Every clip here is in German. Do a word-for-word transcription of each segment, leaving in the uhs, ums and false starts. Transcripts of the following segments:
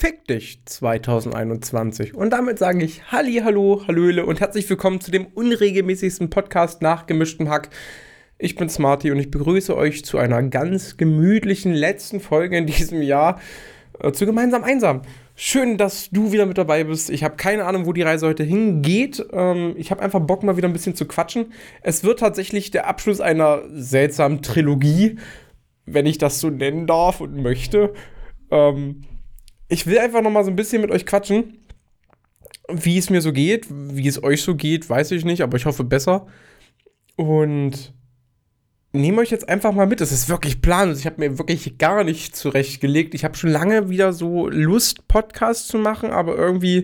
Fick dich zwanzig einundzwanzig. Und damit sage ich Halli, Hallo, Hallöle und herzlich willkommen zu dem unregelmäßigsten Podcast nach gemischtem Hack. Ich bin Smarty und ich begrüße euch zu einer ganz gemütlichen letzten Folge in diesem Jahr äh, zu Gemeinsam Einsam. Schön, dass du wieder mit dabei bist. Ich habe keine Ahnung, wo die Reise heute hingeht. Ähm, ich habe einfach Bock, mal wieder ein bisschen zu quatschen. Es wird tatsächlich der Abschluss einer seltsamen Trilogie, wenn ich das so nennen darf und möchte. Ähm, ich will einfach noch mal so ein bisschen mit euch quatschen, wie es mir so geht, wie es euch so geht, weiß ich nicht, aber ich hoffe besser. Und nehme euch jetzt einfach mal mit. Es ist wirklich planlos. Ich habe mir wirklich gar nicht zurechtgelegt. Ich habe schon lange wieder so Lust, Podcasts zu machen, aber irgendwie,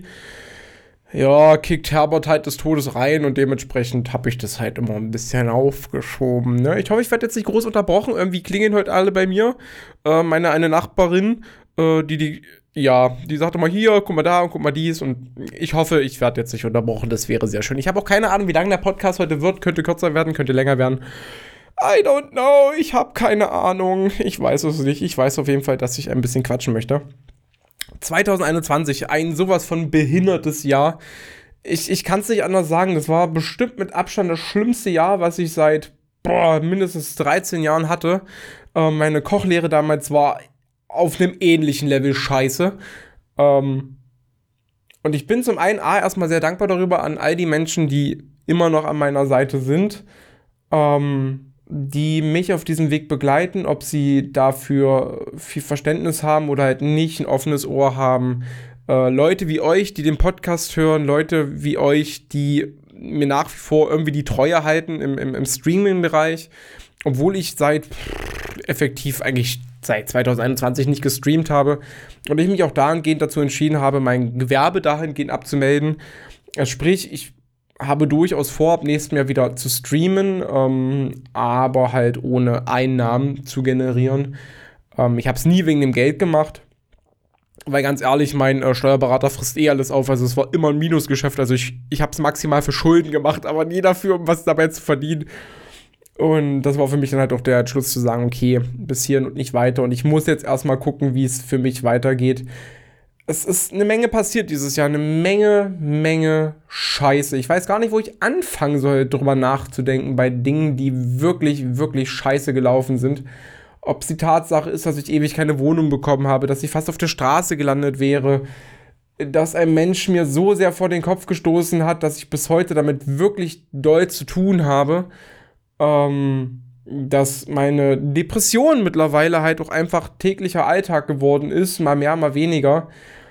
ja, kickt Herbert halt des Todes rein und dementsprechend habe ich das halt immer ein bisschen aufgeschoben. Ne? Ich hoffe, ich werde jetzt nicht groß unterbrochen. Irgendwie klingeln heute alle bei mir. Äh, meine eine Nachbarin, äh, die die Ja, die sagte mal hier, guck mal da und guck mal dies und ich hoffe, ich werde jetzt nicht unterbrochen, das wäre sehr schön. Ich habe auch keine Ahnung, wie lang der Podcast heute wird, könnte kürzer werden, könnte länger werden. I don't know, ich habe keine Ahnung, ich weiß es nicht, ich weiß auf jeden Fall, dass ich ein bisschen quatschen möchte. zwanzig einundzwanzig, ein sowas von behindertes Jahr. Ich, ich kann es nicht anders sagen, das war bestimmt mit Abstand das schlimmste Jahr, was ich seit boah, mindestens dreizehn Jahren hatte. Äh, meine Kochlehre damals war auf einem ähnlichen Level scheiße. Ähm, und ich bin zum einen A, erstmal sehr dankbar darüber an all die Menschen, die immer noch an meiner Seite sind, ähm, die mich auf diesem Weg begleiten, ob sie dafür viel Verständnis haben oder halt nicht, ein offenes Ohr haben. Äh, Leute wie euch, die den Podcast hören, Leute wie euch, die mir nach wie vor irgendwie die Treue halten im, im, im Streaming-Bereich, obwohl ich seit pff, effektiv eigentlich seit zwanzig einundzwanzig nicht gestreamt habe und ich mich auch dahingehend dazu entschieden habe, mein Gewerbe dahingehend abzumelden. Sprich, ich habe durchaus vor, ab nächstem Jahr wieder zu streamen, ähm, aber halt ohne Einnahmen zu generieren. Ähm, ich habe es nie wegen dem Geld gemacht, weil ganz ehrlich, mein äh, Steuerberater frisst eh alles auf, also es war immer ein Minusgeschäft, also ich, ich habe es maximal für Schulden gemacht, aber nie dafür, um was dabei zu verdienen. Und das war für mich dann halt auch der Entschluss zu sagen, okay, bis hierhin und nicht weiter. Und ich muss jetzt erstmal gucken, wie es für mich weitergeht. Es ist eine Menge passiert dieses Jahr, eine Menge, Menge Scheiße. Ich weiß gar nicht, wo ich anfangen soll, drüber nachzudenken, bei Dingen, die wirklich, wirklich scheiße gelaufen sind. Ob es die Tatsache ist, dass ich ewig keine Wohnung bekommen habe, dass ich fast auf der Straße gelandet wäre, dass ein Mensch mir so sehr vor den Kopf gestoßen hat, dass ich bis heute damit wirklich doll zu tun habe. Ähm, dass meine Depression mittlerweile halt auch einfach täglicher Alltag geworden ist, mal mehr, mal weniger.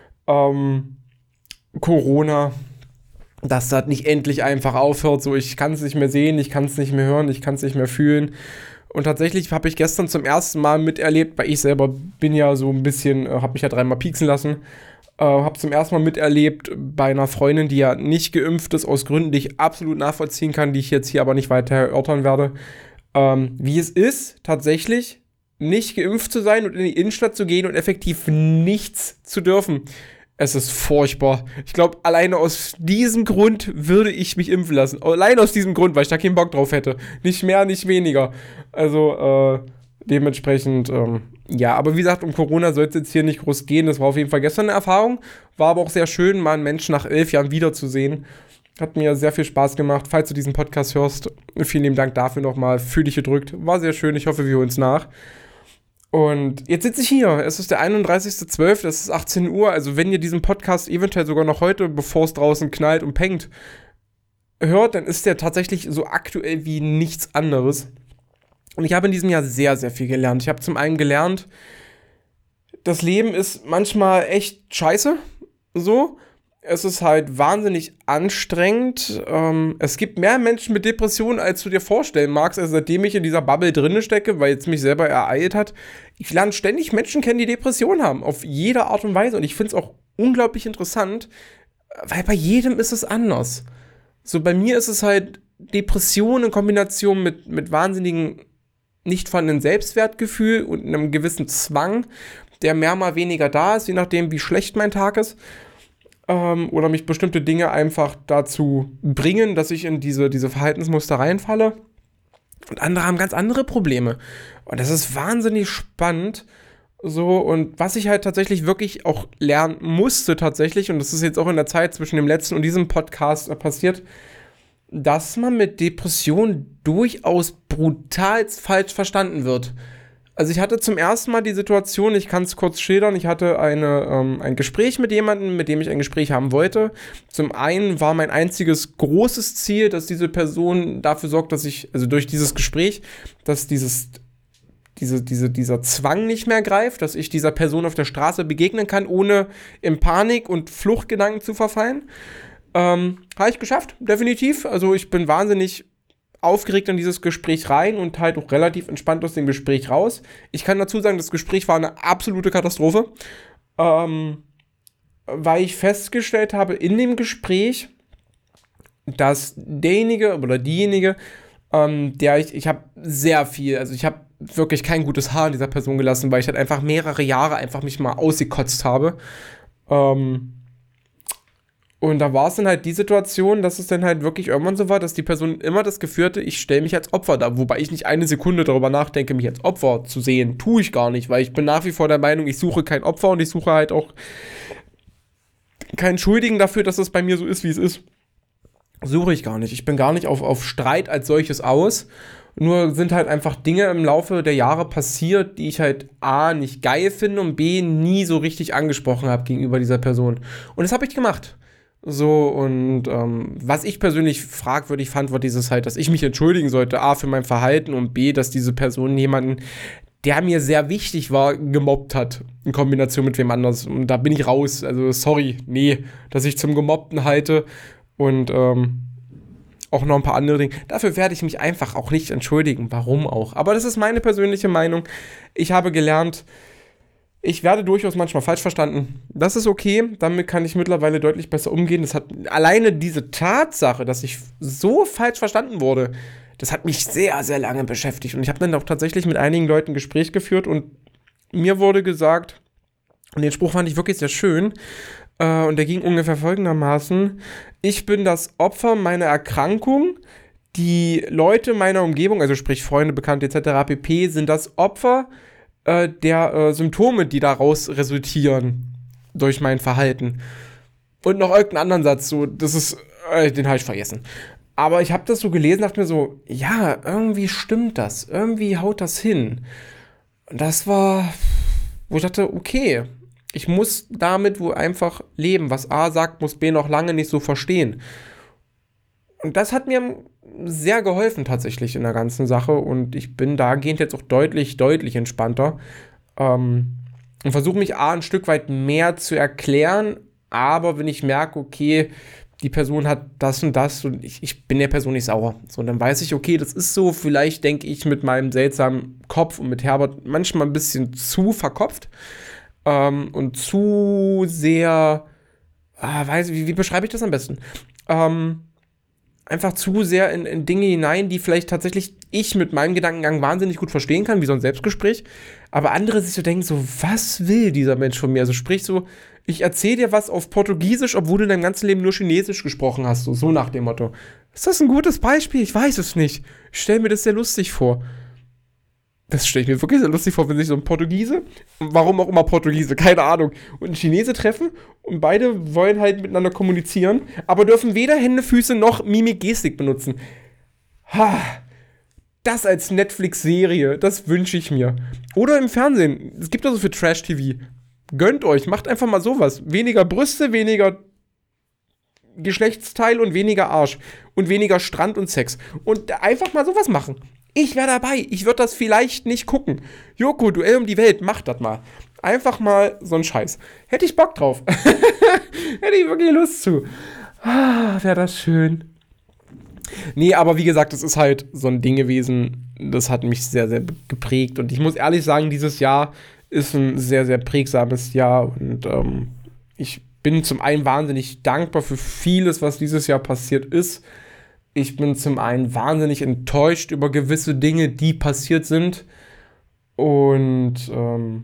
Ähm, Corona, dass das nicht endlich einfach aufhört, so ich kann es nicht mehr sehen, ich kann es nicht mehr hören, ich kann es nicht mehr fühlen. Und tatsächlich habe ich gestern zum ersten Mal miterlebt, weil ich selber bin ja so ein bisschen, äh, habe mich ja dreimal pieksen lassen, äh, habe zum ersten Mal miterlebt bei einer Freundin, die ja nicht geimpft ist, aus Gründen, die ich absolut nachvollziehen kann, die ich jetzt hier aber nicht weiter erörtern werde, ähm, wie es ist, tatsächlich nicht geimpft zu sein und in die Innenstadt zu gehen und effektiv nichts zu dürfen. Es ist furchtbar. Ich glaube, alleine aus diesem Grund würde ich mich impfen lassen. Allein aus diesem Grund, weil ich da keinen Bock drauf hätte. Nicht mehr, nicht weniger. Also, äh, dementsprechend, ähm, ja, aber wie gesagt, um Corona soll es jetzt hier nicht groß gehen. Das war auf jeden Fall gestern eine Erfahrung. War aber auch sehr schön, mal einen Menschen nach elf Jahren wiederzusehen. Hat mir sehr viel Spaß gemacht. Falls du diesen Podcast hörst, vielen lieben Dank dafür nochmal. Fühl dich gedrückt. War sehr schön. Ich hoffe, wir holen es nach. Und jetzt sitze ich hier. Es ist der einunddreißigster zwölfter Es ist achtzehn Uhr. Also wenn ihr diesen Podcast eventuell sogar noch heute, bevor es draußen knallt und pengt, hört, dann ist der tatsächlich so aktuell wie nichts anderes. Und ich habe in diesem Jahr sehr, sehr viel gelernt. Ich habe zum einen gelernt, das Leben ist manchmal echt scheiße. So. Es ist halt wahnsinnig anstrengend. Ähm, es gibt mehr Menschen mit Depressionen, als du dir vorstellen magst. Also seitdem ich in dieser Bubble drinne stecke, weil es mich selber ereilt hat, ich lerne ständig Menschen kennen, die Depressionen haben. Auf jede Art und Weise. Und ich finde es auch unglaublich interessant, weil bei jedem ist es anders. So, bei mir ist es halt Depression in Kombination mit, mit wahnsinnigen, nicht vorhandenen Selbstwertgefühl und einem gewissen Zwang, der mehr mal weniger da ist, je nachdem, wie schlecht mein Tag ist. Ähm, oder mich bestimmte Dinge einfach dazu bringen, dass ich in diese, diese Verhaltensmuster reinfalle. Und andere haben ganz andere Probleme. Und das ist wahnsinnig spannend. So, und was ich halt tatsächlich wirklich auch lernen musste tatsächlich, und das ist jetzt auch in der Zeit zwischen dem letzten und diesem Podcast passiert, dass man mit Depressionen durchaus brutal falsch verstanden wird. Also ich hatte zum ersten Mal die Situation, ich kann es kurz schildern, ich hatte eine, ähm, ein Gespräch mit jemandem, mit dem ich ein Gespräch haben wollte. Zum einen war mein einziges großes Ziel, dass diese Person dafür sorgt, dass ich, also durch dieses Gespräch, dass dieses, diese, diese, dieser Zwang nicht mehr greift, dass ich dieser Person auf der Straße begegnen kann, ohne in Panik und Fluchtgedanken zu verfallen. Ähm, habe ich geschafft, definitiv. Also ich bin wahnsinnig aufgeregt in dieses Gespräch rein und halt auch relativ entspannt aus dem Gespräch raus. Ich kann dazu sagen, das Gespräch war eine absolute Katastrophe, ähm, weil ich festgestellt habe in dem Gespräch, dass derjenige oder diejenige, ähm, der ich, ich habe sehr viel, also ich habe wirklich kein gutes Haar an dieser Person gelassen, weil ich halt einfach mehrere Jahre einfach mich mal ausgekotzt habe. Ähm, Und da war es dann halt die Situation, dass es dann halt wirklich irgendwann so war, dass die Person immer das Gefühl hatte, ich stelle mich als Opfer da. Wobei ich nicht eine Sekunde darüber nachdenke, mich als Opfer zu sehen. Tue ich gar nicht, weil ich bin nach wie vor der Meinung, ich suche kein Opfer und ich suche halt auch keinen Schuldigen dafür, dass es bei mir so ist, wie es ist. Suche ich gar nicht. Ich bin gar nicht auf, auf Streit als solches aus. Nur sind halt einfach Dinge im Laufe der Jahre passiert, die ich halt A, nicht geil finde und B, nie so richtig angesprochen habe gegenüber dieser Person. Und das habe ich gemacht. So, und ähm, was ich persönlich fragwürdig fand, war dieses halt, dass ich mich entschuldigen sollte, A, für mein Verhalten und B, dass diese Person jemanden, der mir sehr wichtig war, gemobbt hat, in Kombination mit wem anders. Und da bin ich raus, also sorry, nee, dass ich zum Gemobbten halte und ähm, auch noch ein paar andere Dinge. Dafür werde ich mich einfach auch nicht entschuldigen, warum auch. Aber das ist meine persönliche Meinung. Ich habe gelernt, ich werde durchaus manchmal falsch verstanden. Das ist okay, damit kann ich mittlerweile deutlich besser umgehen. Das hat alleine diese Tatsache, dass ich so falsch verstanden wurde, das hat mich sehr, sehr lange beschäftigt. Und ich habe dann auch tatsächlich mit einigen Leuten ein Gespräch geführt und mir wurde gesagt, und den Spruch fand ich wirklich sehr schön, äh, und der ging ungefähr folgendermaßen: Ich bin das Opfer meiner Erkrankung, die Leute meiner Umgebung, also sprich Freunde, Bekannte et cetera pp., sind das Opfer der äh, Symptome, die daraus resultieren durch mein Verhalten. Und noch irgendeinen anderen Satz, so, das ist, äh, den habe ich vergessen. Aber ich habe das so gelesen, dachte mir so, ja, irgendwie stimmt das, irgendwie haut das hin. Und das war, wo ich dachte, okay, ich muss damit wohl einfach leben. Was A sagt, muss B noch lange nicht so verstehen. Und das hat mir sehr geholfen tatsächlich in der ganzen Sache und ich bin dahingehend jetzt auch deutlich, deutlich entspannter ähm, und versuche mich A, ein Stück weit mehr zu erklären, aber wenn ich merke, okay, die Person hat das und das und ich, ich bin der Person nicht sauer, so, dann weiß ich, okay, das ist so, vielleicht denke ich mit meinem seltsamen Kopf und mit Herbert manchmal ein bisschen zu verkopft ähm, und zu sehr, ah, weiß, wie, wie beschreibe ich das am besten? Ähm, einfach zu sehr in, in Dinge hinein, die vielleicht tatsächlich ich mit meinem Gedankengang wahnsinnig gut verstehen kann, wie so ein Selbstgespräch, aber andere sich so denken, so, was will dieser Mensch von mir? Also sprich so, ich erzähle dir was auf Portugiesisch, obwohl du in deinem ganzen Leben nur Chinesisch gesprochen hast, so, so nach dem Motto. Ist das ein gutes Beispiel? Ich weiß es nicht. Ich stelle mir das sehr lustig vor. Das stelle ich mir wirklich sehr lustig vor, wenn sich so ein Portugiese, warum auch immer Portugiese, keine Ahnung, und ein Chinese treffen und beide wollen halt miteinander kommunizieren, aber dürfen weder Hände, Füße noch Mimik, Gestik benutzen. Ha, das als Netflix-Serie, das wünsche ich mir. Oder im Fernsehen, es gibt also für Trash-T V. Gönnt euch, macht einfach mal sowas. Weniger Brüste, weniger Geschlechtsteil und weniger Arsch. Und weniger Strand und Sex. Und einfach mal sowas machen. Ich wäre dabei. Ich würde das vielleicht nicht gucken. Joko, Duell um die Welt, macht das mal. Einfach mal so ein Scheiß. Hätte ich Bock drauf. Hätte ich wirklich Lust zu. Ah, wäre das schön. Nee, aber wie gesagt, es ist halt so ein Ding gewesen, das hat mich sehr, sehr geprägt. Und ich muss ehrlich sagen, dieses Jahr ist ein sehr, sehr prägsames Jahr. Und ähm, ich bin zum einen wahnsinnig dankbar für vieles, was dieses Jahr passiert ist. Ich bin zum einen wahnsinnig enttäuscht über gewisse Dinge, die passiert sind. Und ähm,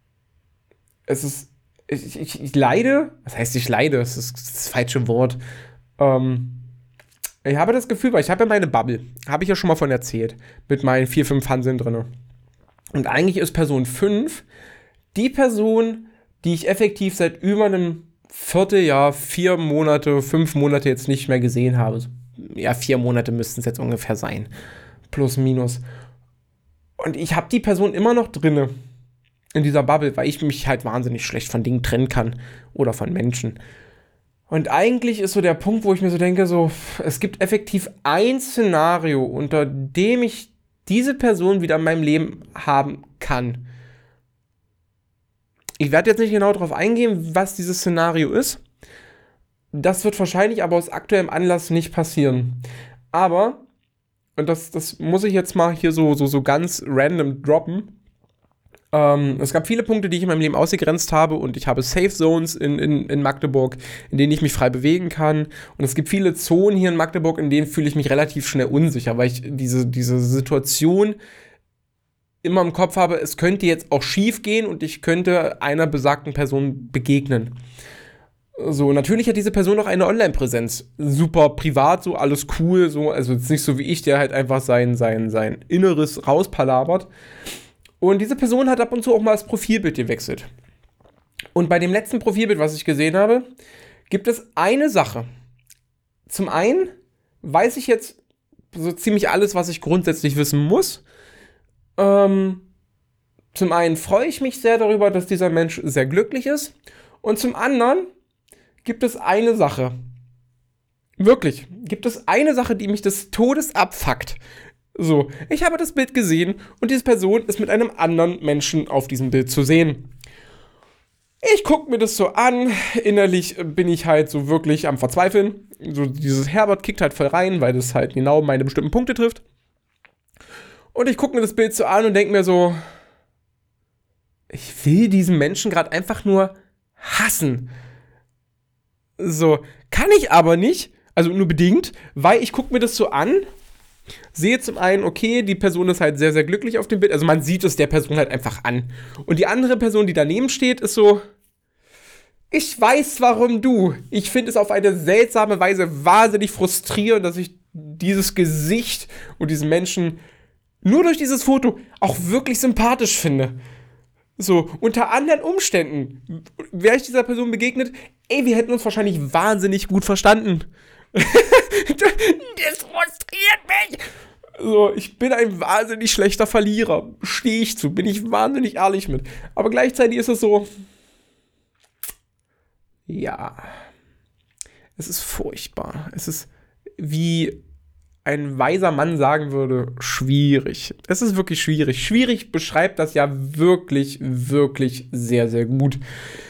es ist, ich, ich, ich leide, was heißt ich leide, das ist das falsche Wort. Ähm, ich habe das Gefühl, weil ich habe ja meine Bubble, habe ich ja schon mal von erzählt, mit meinen vier, fünf Hanseln drin. Und eigentlich ist Person fünf die Person, die ich effektiv seit über einem Vierteljahr, vier Monate, fünf Monate jetzt nicht mehr gesehen habe. Ja, vier Monate müssten es jetzt ungefähr sein. Plus, minus. Und ich habe die Person immer noch drinne in dieser Bubble, weil ich mich halt wahnsinnig schlecht von Dingen trennen kann oder von Menschen. Und eigentlich ist so der Punkt, wo ich mir so denke, so, es gibt effektiv ein Szenario, unter dem ich diese Person wieder in meinem Leben haben kann. Ich werde jetzt nicht genau darauf eingehen, was dieses Szenario ist. Das wird wahrscheinlich aber aus aktuellem Anlass nicht passieren. Aber, und das, das muss ich jetzt mal hier so, so, so ganz random droppen, Ähm, es gab viele Punkte, die ich in meinem Leben ausgegrenzt habe, und ich habe Safe Zones in, in, in Magdeburg, in denen ich mich frei bewegen kann. Und es gibt viele Zonen hier in Magdeburg, in denen fühle ich mich relativ schnell unsicher, weil ich diese, diese Situation immer im Kopf habe, es könnte jetzt auch schief gehen und ich könnte einer besagten Person begegnen. So, natürlich hat diese Person auch eine Online-Präsenz. Super privat, so alles cool, so, also jetzt nicht so wie ich, der halt einfach sein, sein, sein Inneres rauspalabert. Und diese Person hat ab und zu auch mal das Profilbild gewechselt. Und bei dem letzten Profilbild, was ich gesehen habe, gibt es eine Sache. Zum einen weiß ich jetzt so ziemlich alles, was ich grundsätzlich wissen muss. Ähm, zum einen freue ich mich sehr darüber, dass dieser Mensch sehr glücklich ist. Und zum anderen gibt es eine Sache. Wirklich, gibt es eine Sache, die mich des Todes abfuckt. So, ich habe das Bild gesehen und diese Person ist mit einem anderen Menschen auf diesem Bild zu sehen. Ich gucke mir das so an, innerlich bin ich halt so wirklich am Verzweifeln. So, dieses Herbert kickt halt voll rein, weil das halt genau meine bestimmten Punkte trifft. Und ich gucke mir das Bild so an und denke mir so, ich will diesen Menschen gerade einfach nur hassen. So, kann ich aber nicht, also nur bedingt, weil ich gucke mir das so an, sehe zum einen, okay, die Person ist halt sehr, sehr glücklich auf dem Bild. Also man sieht es der Person halt einfach an. Und die andere Person, die daneben steht, ist so, ich weiß, warum du. Ich finde es auf eine seltsame Weise wahnsinnig frustrierend, dass ich dieses Gesicht und diesen Menschen nur durch dieses Foto auch wirklich sympathisch finde. So, unter anderen Umständen wäre ich dieser Person begegnet, ey, wir hätten uns wahrscheinlich wahnsinnig gut verstanden. Das frustriert mich. So, ich bin ein wahnsinnig schlechter Verlierer. Stehe ich zu, bin ich wahnsinnig ehrlich mit. Aber gleichzeitig ist es so, ja, es ist furchtbar. Es ist, wie ein weiser Mann sagen würde, schwierig. Es ist wirklich schwierig. Schwierig beschreibt das ja wirklich, wirklich sehr, sehr gut.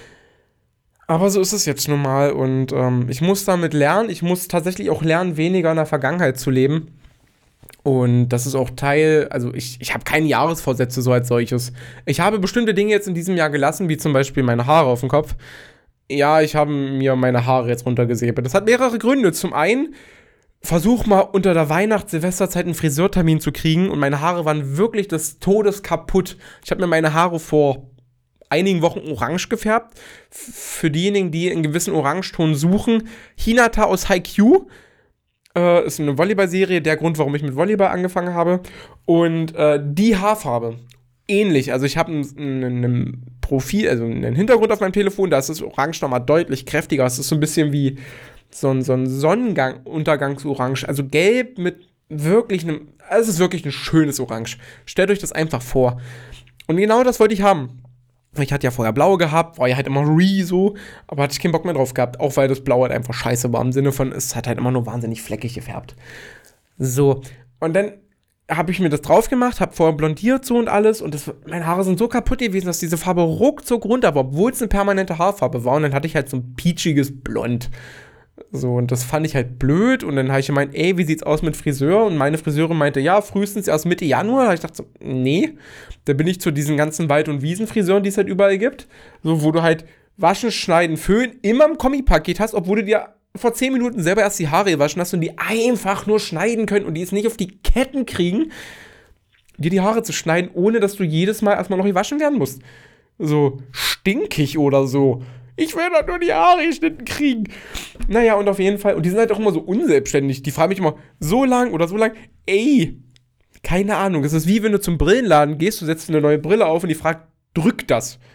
Aber so ist es jetzt nun mal und ähm, ich muss damit lernen. Ich muss tatsächlich auch lernen, weniger in der Vergangenheit zu leben. Und das ist auch Teil, also ich, ich habe keine Jahresvorsätze so als solches. Ich habe bestimmte Dinge jetzt in diesem Jahr gelassen, wie zum Beispiel meine Haare auf dem Kopf. Ja, ich habe mir meine Haare jetzt runtergesäbelt. Das hat mehrere Gründe. Zum einen, versuch mal unter der Weihnachts-Silvesterzeit einen Friseurtermin zu kriegen und meine Haare waren wirklich des Todes kaputt. Ich habe mir meine Haare vor einigen Wochen orange gefärbt. Für diejenigen, die einen gewissen Orangeton suchen, Hinata aus Haikyuu äh, ist eine Volleyball-Serie, der Grund, warum ich mit Volleyball angefangen habe. Und äh, die Haarfarbe, ähnlich. Also ich habe ein, ein, ein Profil, also einen Hintergrund auf meinem Telefon, da ist das Orange nochmal deutlich kräftiger. Es ist so ein bisschen wie so ein, so ein Sonnenuntergangsorange. Also gelb mit wirklich einem, also es ist wirklich ein schönes Orange. Stellt euch das einfach vor. Und genau das wollte ich haben. Ich hatte ja vorher blau gehabt, war ja halt immer re so, aber hatte ich keinen Bock mehr drauf gehabt, auch weil das Blau halt einfach scheiße war, im Sinne von, es hat halt immer nur wahnsinnig fleckig gefärbt. So, und dann habe ich mir das drauf gemacht, habe vorher blondiert so und alles und das, meine Haare sind so kaputt gewesen, dass diese Farbe ruckzuck runter war, obwohl es eine permanente Haarfarbe war und dann hatte ich halt so ein peachiges Blond. So, und das fand ich halt blöd und dann habe ich gemeint, ey, wie sieht's aus mit Friseur? Und meine Friseurin meinte, ja, frühestens erst Mitte Januar. Da ich dachte so, nee, da bin ich zu diesen ganzen Wald- und Wiesenfriseuren, die es halt überall gibt, so, wo du halt waschen, schneiden, föhnen immer im Kombipaket hast, obwohl du dir vor zehn Minuten selber erst die Haare gewaschen hast und die einfach nur schneiden können und die es nicht auf die Ketten kriegen, dir die Haare zu schneiden, ohne dass du jedes Mal erstmal noch gewaschen werden musst. So stinkig oder so. Ich will doch nur die Haare geschnitten kriegen. Naja, und auf jeden Fall, und die sind halt auch immer so unselbstständig. Die fragen mich immer, so lang oder so lang. Ey, keine Ahnung. Es ist wie wenn du zum Brillenladen gehst, du setzt eine neue Brille auf und die fragt, drück das.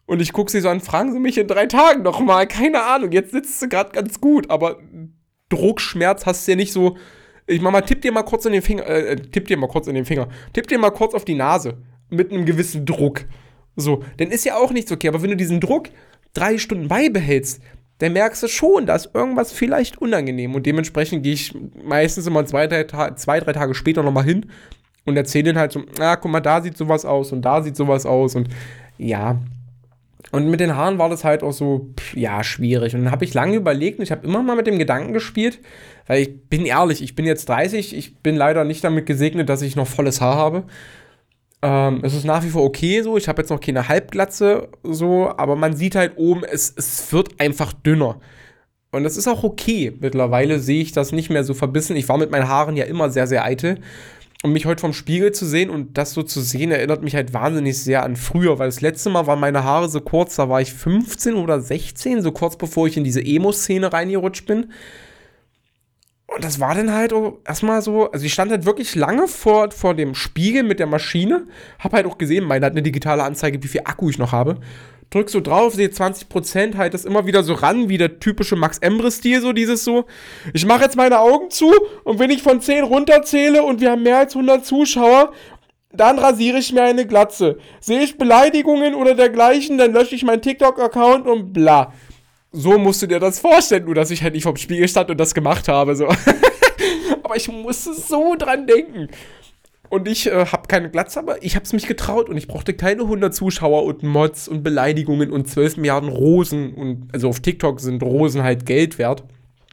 Und ich gucke sie so an, fragen sie mich in drei Tagen nochmal. Keine Ahnung, jetzt sitzt sie gerade ganz gut, aber Druckschmerz hast du ja nicht so. Ich mach mal, tipp dir mal kurz in den Finger, äh, tipp dir mal kurz in den Finger, tipp dir mal kurz auf die Nase mit einem gewissen Druck. So, dann ist ja auch nichts okay, aber wenn du diesen Druck drei Stunden beibehältst, dann merkst du schon, da ist irgendwas vielleicht unangenehm und dementsprechend gehe ich meistens immer zwei, drei, Ta- zwei, drei Tage später nochmal hin und erzähle denen halt so, na, guck mal, da sieht sowas aus und da sieht sowas aus und ja. Und mit den Haaren war das halt auch so, pff, ja, schwierig. Und dann habe ich lange überlegt und ich habe immer mal mit dem Gedanken gespielt, weil ich bin ehrlich, ich bin jetzt dreißig, ich bin leider nicht damit gesegnet, dass ich noch volles Haar habe. Ähm, es ist nach wie vor okay so, ich habe jetzt noch keine Halbglatze so, aber man sieht halt oben, es, es wird einfach dünner. Und das ist auch okay. Mittlerweile sehe ich das nicht mehr so verbissen. Ich war mit meinen Haaren ja immer sehr, sehr eitel. Und mich heute vom Spiegel zu sehen und das so zu sehen, erinnert mich halt wahnsinnig sehr an früher, weil das letzte Mal waren meine Haare so kurz, da war ich fünfzehn oder sechzehn, so kurz bevor ich in diese Emo-Szene reingerutscht bin. Und das war dann halt auch erstmal so, also ich stand halt wirklich lange vor, vor dem Spiegel mit der Maschine, hab halt auch gesehen, meine hat eine digitale Anzeige, wie viel Akku ich noch habe. Drück so drauf, sehe zwanzig Prozent, halt das immer wieder so ran, wie der typische Max Emre-Stil, so dieses so. Ich mache jetzt meine Augen zu und wenn ich von zehn runterzähle und wir haben mehr als hundert Zuschauer, dann rasiere ich mir eine Glatze. Sehe ich Beleidigungen oder dergleichen, dann lösche ich meinen TikTok-Account und bla. So musst du dir das vorstellen, nur dass ich halt nicht vorm Spiegel stand und das gemacht habe, so. Aber ich musste so dran denken. Und ich äh, habe keine Glatze, aber ich habe es mich getraut und ich brauchte keine hundert Zuschauer und Mods und Beleidigungen und zwölf Milliarden Rosen. Und also auf TikTok sind Rosen halt Geld wert.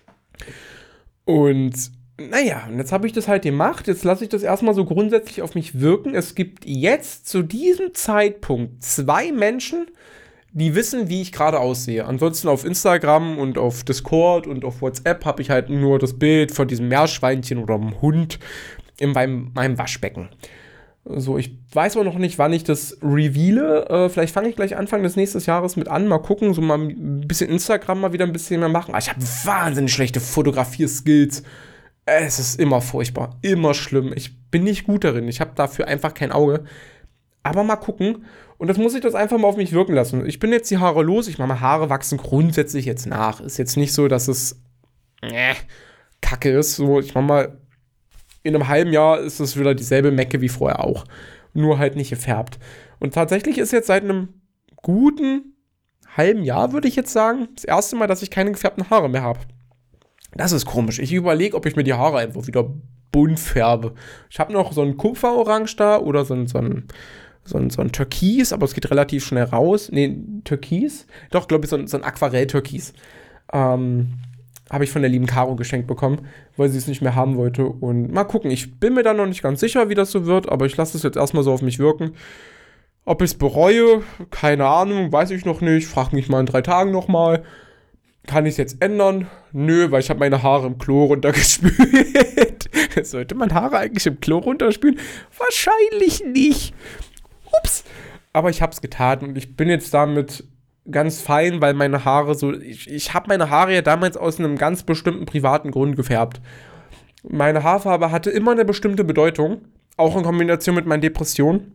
Und naja, und jetzt habe ich das halt gemacht. Jetzt lasse ich das erstmal so grundsätzlich auf mich wirken. Es gibt jetzt zu diesem Zeitpunkt zwei Menschen, die wissen, wie ich gerade aussehe. Ansonsten auf Instagram und auf Discord und auf WhatsApp habe ich halt nur das Bild von diesem Meerschweinchen oder einem Hund in meinem, meinem Waschbecken. So, ich weiß aber noch nicht, wann ich das reveale. Äh, vielleicht fange ich gleich Anfang des nächsten Jahres mit an. Mal gucken, so mal ein bisschen Instagram mal wieder ein bisschen mehr machen. Aber ich habe wahnsinnig schlechte Fotografierskills. Es ist immer furchtbar, immer schlimm. Ich bin nicht gut darin. Ich habe dafür einfach kein Auge. Aber mal gucken. Und das muss ich das einfach mal auf mich wirken lassen. Ich bin jetzt die Haare los. Ich mache mal, Haare wachsen grundsätzlich jetzt nach. Ist jetzt nicht so, dass es äh, Kacke ist. So, ich mache mal, in einem halben Jahr ist es wieder dieselbe Mecke wie vorher auch. Nur halt nicht gefärbt. Und tatsächlich ist jetzt seit einem guten halben Jahr, würde ich jetzt sagen, das erste Mal, dass ich keine gefärbten Haare mehr habe. Das ist komisch. Ich überlege, ob ich mir die Haare einfach wieder bunt färbe. Ich habe noch so ein Kupferorange da oder so ein, so ein, so ein, so ein Türkis, aber es geht relativ schnell raus. Nee, Türkis? Doch, glaube ich, so ein, so ein Aquarell-Türkis. Ähm, habe ich von der lieben Caro geschenkt bekommen, weil sie es nicht mehr haben wollte. Und mal gucken, ich bin mir da noch nicht ganz sicher, wie das so wird, aber ich lasse es jetzt erstmal so auf mich wirken. Ob ich es bereue, keine Ahnung, weiß ich noch nicht. Frag mich mal in drei Tagen nochmal. Kann ich es jetzt ändern? Nö, weil ich habe meine Haare im Klo runtergespült. Sollte man Haare eigentlich im Klo runterspülen? Wahrscheinlich nicht. Ups. Aber ich habe es getan und ich bin jetzt damit ganz fein, weil meine Haare so... Ich, ich habe meine Haare ja damals aus einem ganz bestimmten privaten Grund gefärbt. Meine Haarfarbe hatte immer eine bestimmte Bedeutung, auch in Kombination mit meinen Depressionen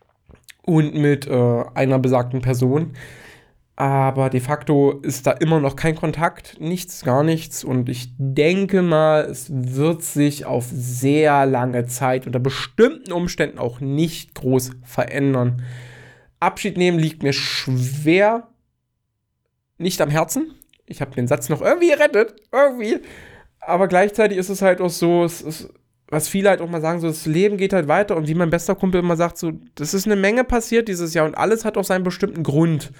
und mit äh, einer besagten Person. Aber de facto ist da immer noch kein Kontakt, nichts, gar nichts. Und ich denke mal, es wird sich auf sehr lange Zeit unter bestimmten Umständen auch nicht groß verändern. Abschied nehmen liegt mir schwer nicht am Herzen. Ich habe den Satz noch irgendwie gerettet, irgendwie. Aber gleichzeitig ist es halt auch so, es ist, was viele halt auch mal sagen, so das Leben geht halt weiter. Und wie mein bester Kumpel immer sagt, so, das ist eine Menge passiert dieses Jahr und alles hat auch seinen bestimmten Grund.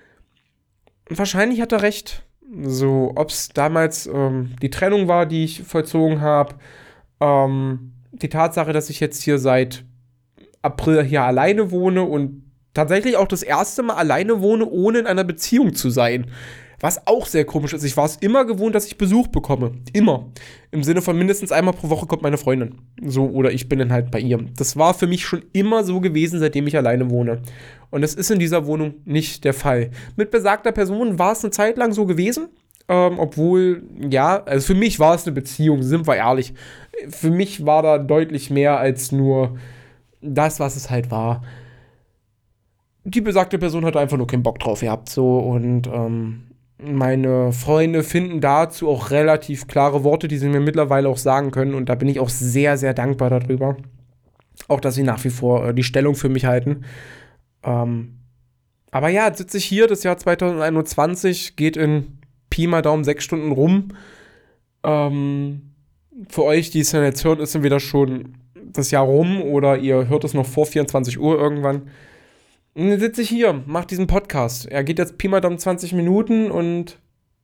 Und wahrscheinlich hat er recht. So, ob es damals ähm, die Trennung war, die ich vollzogen habe, ähm, die Tatsache, dass ich jetzt hier seit April hier alleine wohne und tatsächlich auch das erste Mal alleine wohne, ohne in einer Beziehung zu sein. Was auch sehr komisch ist. Ich war es immer gewohnt, dass ich Besuch bekomme. Immer. Im Sinne von mindestens einmal pro Woche kommt meine Freundin. So, oder ich bin dann halt bei ihr. Das war für mich schon immer so gewesen, seitdem ich alleine wohne. Und das ist in dieser Wohnung nicht der Fall. Mit besagter Person war es eine Zeit lang so gewesen. Ähm, obwohl, ja, also für mich war es eine Beziehung, sind wir ehrlich. Für mich war da deutlich mehr als nur das, was es halt war. die besagte Person hat einfach nur keinen Bock drauf gehabt, so, und ähm, meine Freunde finden dazu auch relativ klare Worte, die sie mir mittlerweile auch sagen können, und da bin ich auch sehr, sehr dankbar darüber. Auch, dass sie nach wie vor äh, die Stellung für mich halten. Ähm, aber ja, jetzt sitze ich hier, das Jahr zwanzig einundzwanzig geht in Pi mal Daumen sechs Stunden rum. Ähm, für euch, die es dann jetzt hören, ist entweder schon das Jahr rum oder ihr hört es noch vor vierundzwanzig Uhr irgendwann. Und dann sitze ich hier, mache diesen Podcast. Er geht jetzt Pi mal Daumen zwanzig Minuten und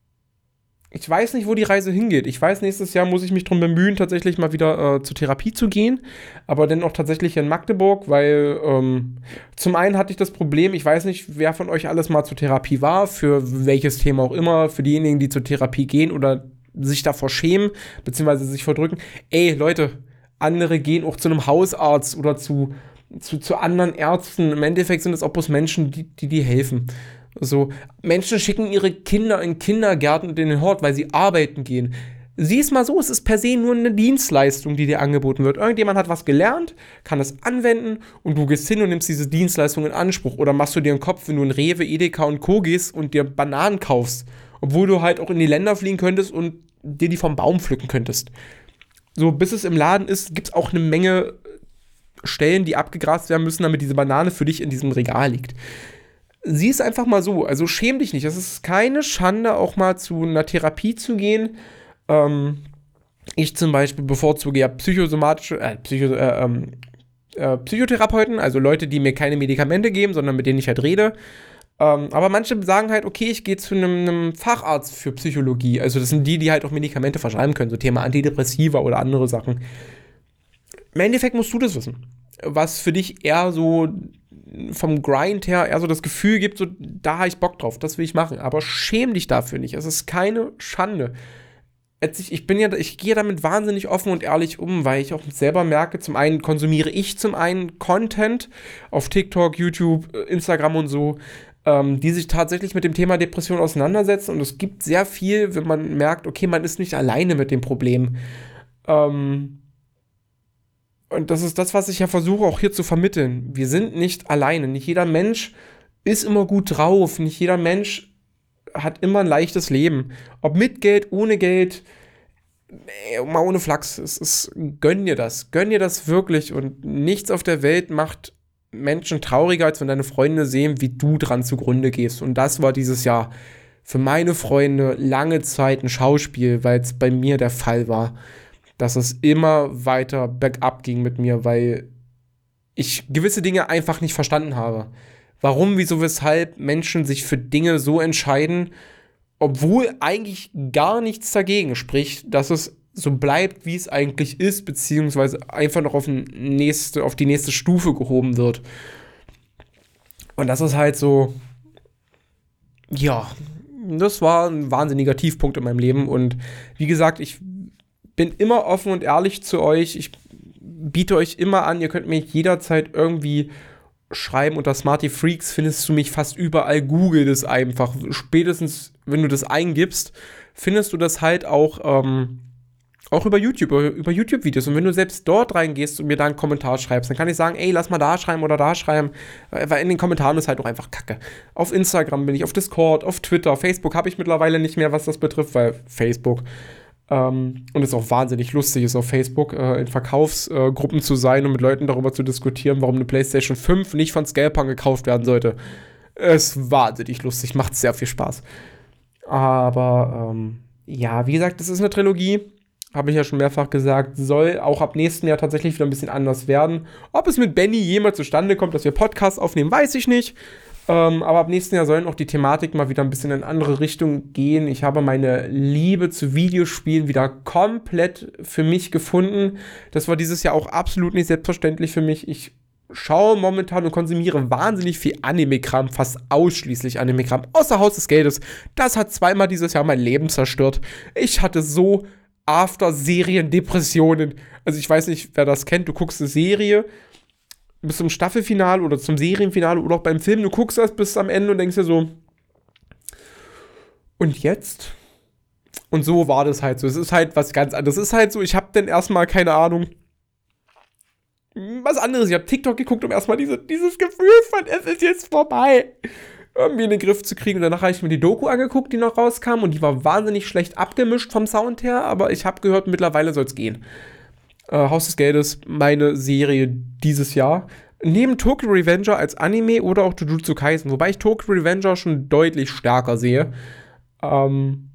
ich weiß nicht, wo die Reise hingeht. Ich weiß, nächstes Jahr muss ich mich darum bemühen, tatsächlich mal wieder äh, zur Therapie zu gehen. Aber dann auch tatsächlich in Magdeburg, weil ähm, zum einen hatte ich das Problem, ich weiß nicht, wer von euch alles mal zur Therapie war, für welches Thema auch immer, für diejenigen, die zur Therapie gehen oder sich davor schämen, beziehungsweise sich verdrücken. Ey, Leute, andere gehen auch zu einem Hausarzt oder zu, zu, zu anderen Ärzten. Im Endeffekt sind es auch bloß Menschen, die die, die helfen. So, Menschen schicken ihre Kinder in Kindergärten und in den Hort, weil sie arbeiten gehen. Sieh es mal so, es ist per se nur eine Dienstleistung, die dir angeboten wird. Irgendjemand hat was gelernt, kann es anwenden und du gehst hin und nimmst diese Dienstleistung in Anspruch. Oder machst du dir einen Kopf, wenn du in Rewe, Edeka und Co. gehst und dir Bananen kaufst. Obwohl du halt auch in die Länder fliegen könntest und dir die vom Baum pflücken könntest. So, bis es im Laden ist, gibt es auch eine Menge Stellen, die abgegrast werden müssen, damit diese Banane für dich in diesem Regal liegt. Sieh es einfach mal so, also schäm dich nicht. Es ist keine Schande, auch mal zu einer Therapie zu gehen. Ähm, ich zum Beispiel bevorzuge ja psychosomatische, äh, Psycho, äh, ähm, äh, Psychotherapeuten, also Leute, die mir keine Medikamente geben, sondern mit denen ich halt rede. Ähm, aber manche sagen halt, okay, ich gehe zu einem, einem Facharzt für Psychologie. Also das sind die, die halt auch Medikamente verschreiben können, so Thema Antidepressiva oder andere Sachen. Im Endeffekt musst du das wissen. Was für dich eher so vom Grind her eher so das Gefühl gibt, so, da habe ich Bock drauf, das will ich machen. Aber schäm dich dafür nicht. Es ist keine Schande. Ich, ich bin ja, ich gehe damit wahnsinnig offen und ehrlich um, weil ich auch selber merke, zum einen konsumiere ich zum einen Content auf TikTok, YouTube, Instagram und so, ähm, die sich tatsächlich mit dem Thema Depression auseinandersetzen. Und es gibt sehr viel, wenn man merkt, okay, man ist nicht alleine mit dem Problem. Ähm, Und das ist das, was ich ja versuche auch hier zu vermitteln. Wir sind nicht alleine. Nicht jeder Mensch ist immer gut drauf. Nicht jeder Mensch hat immer ein leichtes Leben. Ob mit Geld, ohne Geld, äh, mal ohne Flachs. Es ist, gönn dir das. Gönn dir das wirklich. Und nichts auf der Welt macht Menschen trauriger, als wenn deine Freunde sehen, wie du dran zugrunde gehst. Und das war dieses Jahr für meine Freunde lange Zeit ein Schauspiel, weil es bei mir der Fall war, dass es immer weiter bergab ging mit mir, weil ich gewisse Dinge einfach nicht verstanden habe. Warum, wieso, weshalb Menschen sich für Dinge so entscheiden, obwohl eigentlich gar nichts dagegen spricht, dass es so bleibt, wie es eigentlich ist, beziehungsweise einfach noch auf, nächste, auf die nächste Stufe gehoben wird. Und das ist halt so, ja, das war ein wahnsinniger Tiefpunkt in meinem Leben. Und wie gesagt, ich bin immer offen und ehrlich zu euch. Ich biete euch immer an, ihr könnt mich jederzeit irgendwie schreiben. Unter Smarty Freaks findest du mich fast überall. Google das einfach. Spätestens, wenn du das eingibst, findest du das halt auch, ähm, auch über YouTube, über, über YouTube-Videos. Und wenn du selbst dort reingehst und mir da einen Kommentar schreibst, dann kann ich sagen, ey, lass mal da schreiben oder da schreiben. Weil in den Kommentaren ist halt auch einfach Kacke. Auf Instagram bin ich, auf Discord, auf Twitter, Facebook habe ich mittlerweile nicht mehr, was das betrifft, weil Facebook Ähm, und es auch wahnsinnig lustig ist, auf Facebook äh, in Verkaufsgruppen äh, zu sein und mit Leuten darüber zu diskutieren, warum eine PlayStation fünf nicht von Scalpern gekauft werden sollte. Es ist wahnsinnig lustig, macht sehr viel Spaß. Aber ähm, ja, wie gesagt, das ist eine Trilogie, habe ich ja schon mehrfach gesagt, soll auch ab nächsten Jahr tatsächlich wieder ein bisschen anders werden. Ob es mit Benny jemals zustande kommt, dass wir Podcasts aufnehmen, weiß ich nicht. Ähm, aber ab nächsten Jahr sollen auch die Thematiken mal wieder ein bisschen in andere Richtungen gehen. Ich habe meine Liebe zu Videospielen wieder komplett für mich gefunden. Das war dieses Jahr auch absolut nicht selbstverständlich für mich. Ich schaue momentan und konsumiere wahnsinnig viel Anime-Kram, fast ausschließlich Anime-Kram, außer Haus des Geldes. Das hat zweimal dieses Jahr mein Leben zerstört. Ich hatte so After-Serien-Depressionen. Also ich weiß nicht, wer das kennt. Du guckst eine Serie bis zum Staffelfinale oder zum Serienfinale oder auch beim Film, du guckst das bis am Ende und denkst dir so, und jetzt? Und so war das halt so. Es ist halt was ganz anderes. Es ist halt so, ich hab dann erstmal, keine Ahnung, was anderes. Ich habe TikTok geguckt, um erstmal diese, dieses Gefühl von, es ist jetzt vorbei, irgendwie in den Griff zu kriegen. Und danach habe ich mir die Doku angeguckt, die noch rauskam. Und die war wahnsinnig schlecht abgemischt vom Sound her. Aber ich habe gehört, mittlerweile soll es gehen. Äh, Haus des Geldes, meine Serie dieses Jahr. Neben Tokyo Revenger als Anime oder auch Jujutsu Kaisen. Wobei ich Tokyo Revenger schon deutlich stärker sehe. Ähm,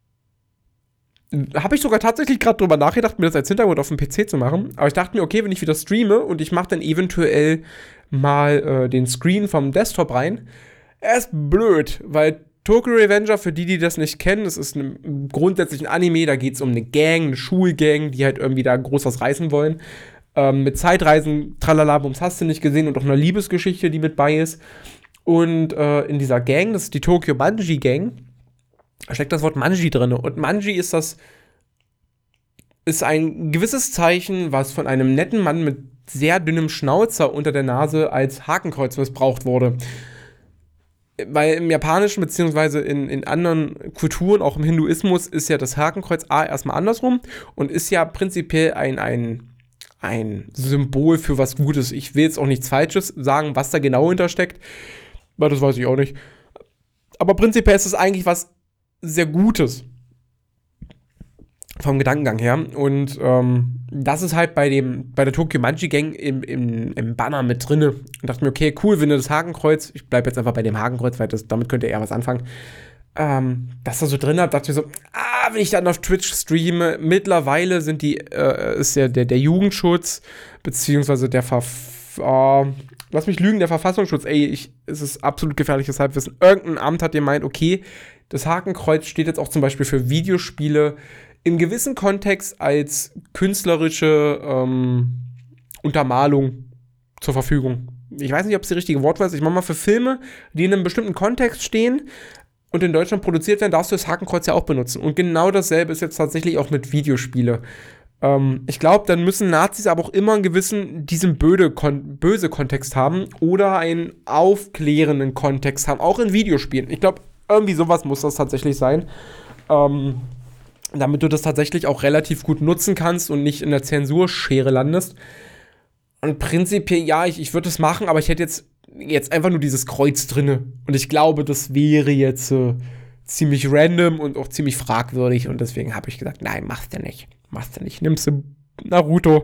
habe ich sogar tatsächlich gerade drüber nachgedacht, mir das als Hintergrund auf dem P C zu machen. Aber ich dachte mir, okay, wenn ich wieder streame und ich mache dann eventuell mal äh, den Screen vom Desktop rein, er ist blöd, weil Tokyo Revenger, für die, die das nicht kennen, das ist ein, grundsätzlich ein Anime, da geht es um eine Gang, eine Schulgang, die halt irgendwie da groß was reißen wollen. Ähm, mit Zeitreisen, tralala, bums, hast du nicht gesehen und auch einer Liebesgeschichte, die mit bei ist. Und äh, in dieser Gang, das ist die Tokyo Manji Gang, da steckt das Wort Manji drin. Und Manji ist das, ist ein gewisses Zeichen, was von einem netten Mann mit sehr dünnem Schnauzer unter der Nase als Hakenkreuz missbraucht wurde. Weil im Japanischen, beziehungsweise in, in anderen Kulturen, auch im Hinduismus, ist ja das Hakenkreuz A erstmal andersrum und ist ja prinzipiell ein, ein, ein Symbol für was Gutes. Ich will jetzt auch nichts Falsches sagen, was da genau hintersteckt, weil das weiß ich auch nicht. Aber prinzipiell ist es eigentlich was sehr Gutes vom Gedankengang her. Und ähm, das ist halt bei dem bei der Tokyo Manji Gang im, im, im Banner mit drinne. Und dachte mir, okay, cool, wenn du das Hakenkreuz, ich bleibe jetzt einfach bei dem Hakenkreuz, weil das, damit könnte er was anfangen, ähm, das da so drin hat, dachte ich mir so, ah, wenn ich dann auf Twitch streame, mittlerweile sind die, äh, ist ja der, der Jugendschutz, beziehungsweise der Verf äh, lass mich lügen, der Verfassungsschutz, ey, ich, es ist absolut gefährliches Halbwissen. Irgendein Amt hat gemeint, okay, das Hakenkreuz steht jetzt auch zum Beispiel für Videospiele im gewissen Kontext als künstlerische ähm, Untermalung zur Verfügung. Ich weiß nicht, ob es die richtige Wortwahl ist. Ich mache mal für Filme, die in einem bestimmten Kontext stehen und in Deutschland produziert werden, darfst du das Hakenkreuz ja auch benutzen. Und genau dasselbe ist jetzt tatsächlich auch mit Videospiele. Ähm, ich glaube, dann müssen Nazis aber auch immer einen gewissen, diesen böse, kon- böse Kontext haben oder einen aufklärenden Kontext haben, auch in Videospielen. Ich glaube, irgendwie sowas muss das tatsächlich sein. Ähm, damit du das tatsächlich auch relativ gut nutzen kannst und nicht in der Zensurschere landest. Und prinzipiell, ja, ich, ich würde es machen, aber ich hätte jetzt, jetzt einfach nur dieses Kreuz drinne. Und ich glaube, das wäre jetzt äh, ziemlich random und auch ziemlich fragwürdig. Und deswegen habe ich gesagt, nein, machst du nicht. Machst du nicht. Nimmst du Naruto.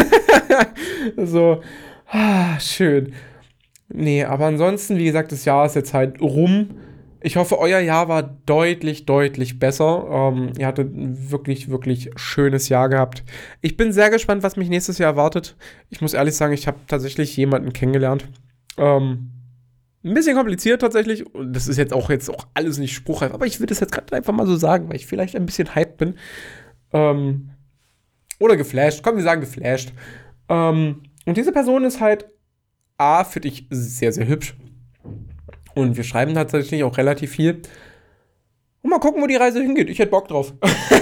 So, ah, schön. Nee, aber ansonsten, wie gesagt, das Jahr ist jetzt halt rum. Ich hoffe, euer Jahr war deutlich, deutlich besser. Ähm, ihr hattet ein wirklich, wirklich schönes Jahr gehabt. Ich bin sehr gespannt, was mich nächstes Jahr erwartet. Ich muss ehrlich sagen, ich habe tatsächlich jemanden kennengelernt. Ähm, ein bisschen kompliziert tatsächlich. Und das ist jetzt auch, jetzt auch alles nicht spruchreif. Aber ich will das jetzt gerade einfach mal so sagen, weil ich vielleicht ein bisschen hyped bin. Ähm, oder geflasht. Komm, wir sagen geflasht. Ähm, und diese Person ist halt A, finde ich sehr, sehr hübsch. Und wir schreiben tatsächlich auch relativ viel. Und mal gucken, wo die Reise hingeht. Ich hätte Bock drauf.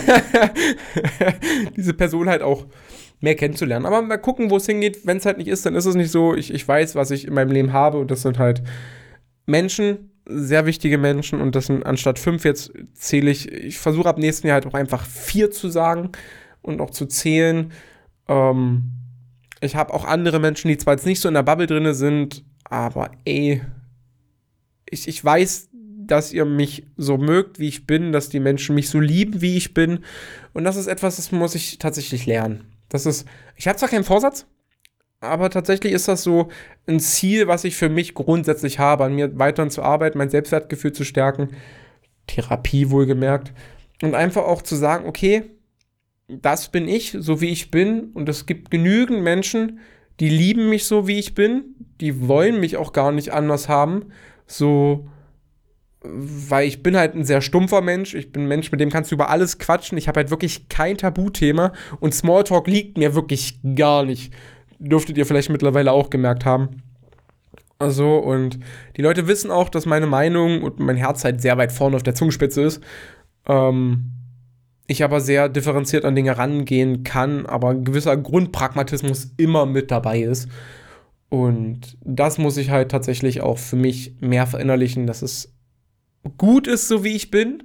Diese Person halt auch mehr kennenzulernen. Aber mal gucken, wo es hingeht. Wenn es halt nicht ist, dann ist es nicht so. Ich, ich weiß, was ich in meinem Leben habe. Und das sind halt Menschen, sehr wichtige Menschen. Und das sind anstatt fünf jetzt zähle ich. Ich versuche ab nächsten Jahr halt auch einfach vier zu sagen und auch zu zählen. Ähm, ich habe auch andere Menschen, die zwar jetzt nicht so in der Bubble drin sind, aber ey, Ich, ich weiß, dass ihr mich so mögt, wie ich bin, dass die Menschen mich so lieben, wie ich bin. Und das ist etwas, das muss ich tatsächlich lernen. Das ist, ich habe zwar keinen Vorsatz, aber tatsächlich ist das so ein Ziel, was ich für mich grundsätzlich habe, an mir weiterhin zu arbeiten, mein Selbstwertgefühl zu stärken, Therapie wohlgemerkt. Und einfach auch zu sagen, okay, das bin ich, so wie ich bin. Und es gibt genügend Menschen, die lieben mich so, wie ich bin. Die wollen mich auch gar nicht anders haben. So, weil ich bin halt ein sehr stumpfer Mensch. Ich bin ein Mensch, mit dem kannst du über alles quatschen. Ich habe halt wirklich kein Tabuthema. Und Smalltalk liegt mir wirklich gar nicht. Dürftet ihr vielleicht mittlerweile auch gemerkt haben. Also, und die Leute wissen auch, dass meine Meinung und mein Herz halt sehr weit vorne auf der Zungenspitze ist. Ähm, ich aber sehr differenziert an Dinge rangehen kann, aber ein gewisser Grundpragmatismus immer mit dabei ist. Und das muss ich halt tatsächlich auch für mich mehr verinnerlichen, dass es gut ist, so wie ich bin.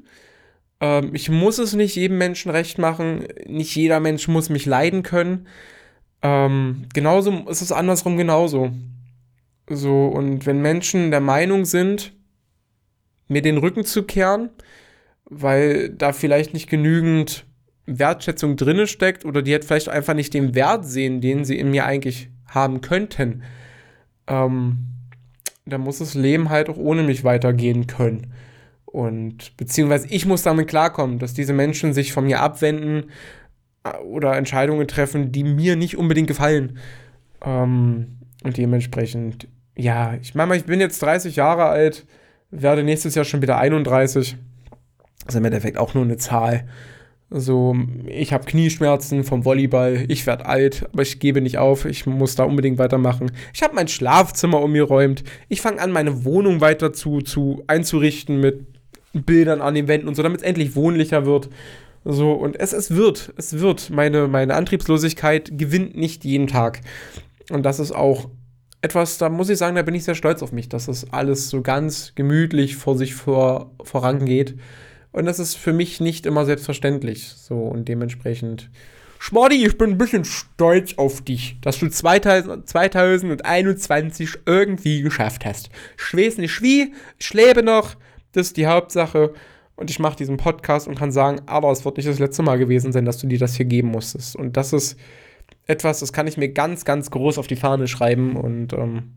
Ähm, ich muss es nicht jedem Menschen recht machen. Nicht jeder Mensch muss mich leiden können. Ähm, genauso ist es andersrum genauso. So, und wenn Menschen der Meinung sind, mir den Rücken zu kehren, weil da vielleicht nicht genügend Wertschätzung drinne steckt oder die halt vielleicht einfach nicht den Wert sehen, den sie in mir eigentlich haben könnten, ähm, dann muss das Leben halt auch ohne mich weitergehen können. Und beziehungsweise ich muss damit klarkommen, dass diese Menschen sich von mir abwenden äh, oder Entscheidungen treffen, die mir nicht unbedingt gefallen. Ähm, und dementsprechend, ja, ich meine, ich bin jetzt dreißig Jahre alt, werde nächstes Jahr schon wieder einunddreißig. Das ist im Endeffekt auch nur eine Zahl. So, ich habe Knieschmerzen vom Volleyball, ich werde alt, aber ich gebe nicht auf, ich muss da unbedingt weitermachen. Ich habe mein Schlafzimmer umgeräumt, ich fange an, meine Wohnung weiter zu, zu einzurichten mit Bildern an den Wänden und so, damit es endlich wohnlicher wird. So, und es, es wird, es wird. Meine, meine Antriebslosigkeit gewinnt nicht jeden Tag. Und das ist auch etwas, da muss ich sagen, da bin ich sehr stolz auf mich, dass das alles so ganz gemütlich vor sich vor, vorangeht. Und das ist für mich nicht immer selbstverständlich. So, und dementsprechend, Schmordi, ich bin ein bisschen stolz auf dich, dass du zweitausendeinundzwanzig irgendwie geschafft hast. Ich weiß nicht wie, ich lebe noch, das ist die Hauptsache. Und ich mache diesen Podcast und kann sagen, aber es wird nicht das letzte Mal gewesen sein, dass du dir das hier geben musstest. Und das ist etwas, das kann ich mir ganz, ganz groß auf die Fahne schreiben. Und ähm,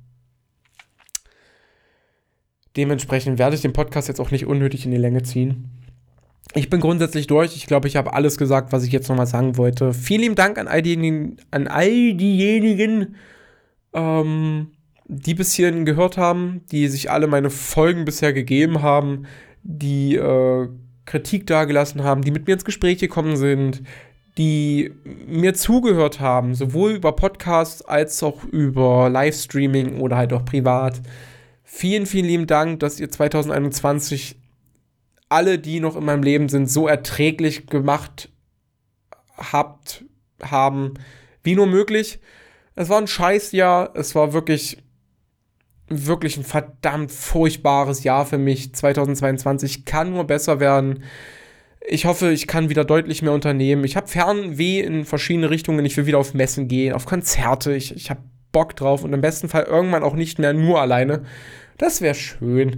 dementsprechend werde ich den Podcast jetzt auch nicht unnötig in die Länge ziehen. Ich bin grundsätzlich durch. Ich glaube, ich habe alles gesagt, was ich jetzt nochmal sagen wollte. Vielen lieben Dank an all diejenigen, an all diejenigen ähm, die bis hierhin gehört haben, die sich alle meine Folgen bisher gegeben haben, die äh, Kritik dargelassen haben, die mit mir ins Gespräch gekommen sind, die mir zugehört haben, sowohl über Podcasts als auch über Livestreaming oder halt auch privat. Vielen, vielen lieben Dank, dass ihr zwanzig einundzwanzig alle, die noch in meinem Leben sind, so erträglich gemacht habt, haben, wie nur möglich. Es war ein Scheißjahr, es war wirklich, wirklich ein verdammt furchtbares Jahr für mich. zwanzig zweiundzwanzig kann nur besser werden. Ich hoffe, ich kann wieder deutlich mehr unternehmen. Ich habe Fernweh in verschiedene Richtungen. Ich will wieder auf Messen gehen, auf Konzerte. Ich, ich habe Bock drauf und im besten Fall irgendwann auch nicht mehr nur alleine. Das wäre schön.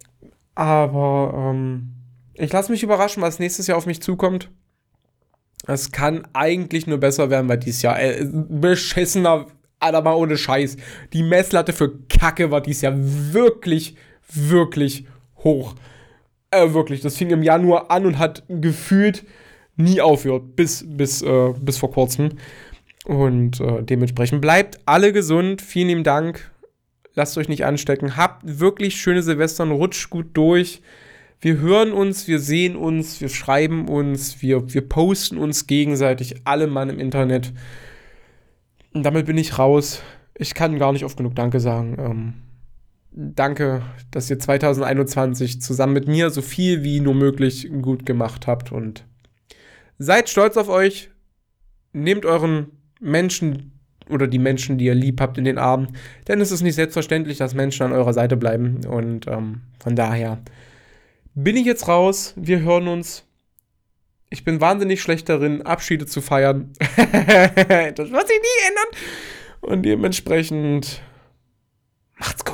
Aber ähm, ich lasse mich überraschen, was nächstes Jahr auf mich zukommt. Es kann eigentlich nur besser werden, weil dieses Jahr äh, beschissener, Alter, mal ohne Scheiß. Die Messlatte für Kacke war dieses Jahr wirklich, wirklich hoch. Äh, wirklich, das fing im Januar an und hat gefühlt nie aufgehört, bis, bis, äh, bis vor kurzem. Und äh, dementsprechend bleibt alle gesund. Vielen lieben Dank. Lasst euch nicht anstecken. Habt wirklich schöne Silvestern. Rutscht gut durch. Wir hören uns, wir sehen uns, wir schreiben uns, wir, wir posten uns gegenseitig alle Mann im Internet. Und damit bin ich raus. Ich kann gar nicht oft genug Danke sagen. Ähm, danke, dass ihr zwanzig einundzwanzig zusammen mit mir so viel wie nur möglich gut gemacht habt. Und seid stolz auf euch. Nehmt euren Menschen oder die Menschen, die ihr lieb habt, in den Arm. Denn es ist nicht selbstverständlich, dass Menschen an eurer Seite bleiben. Und ähm, von daher bin ich jetzt raus. Wir hören uns. Ich bin wahnsinnig schlecht darin, Abschiede zu feiern. Das wird sich nie ändern. Und dementsprechend macht's gut.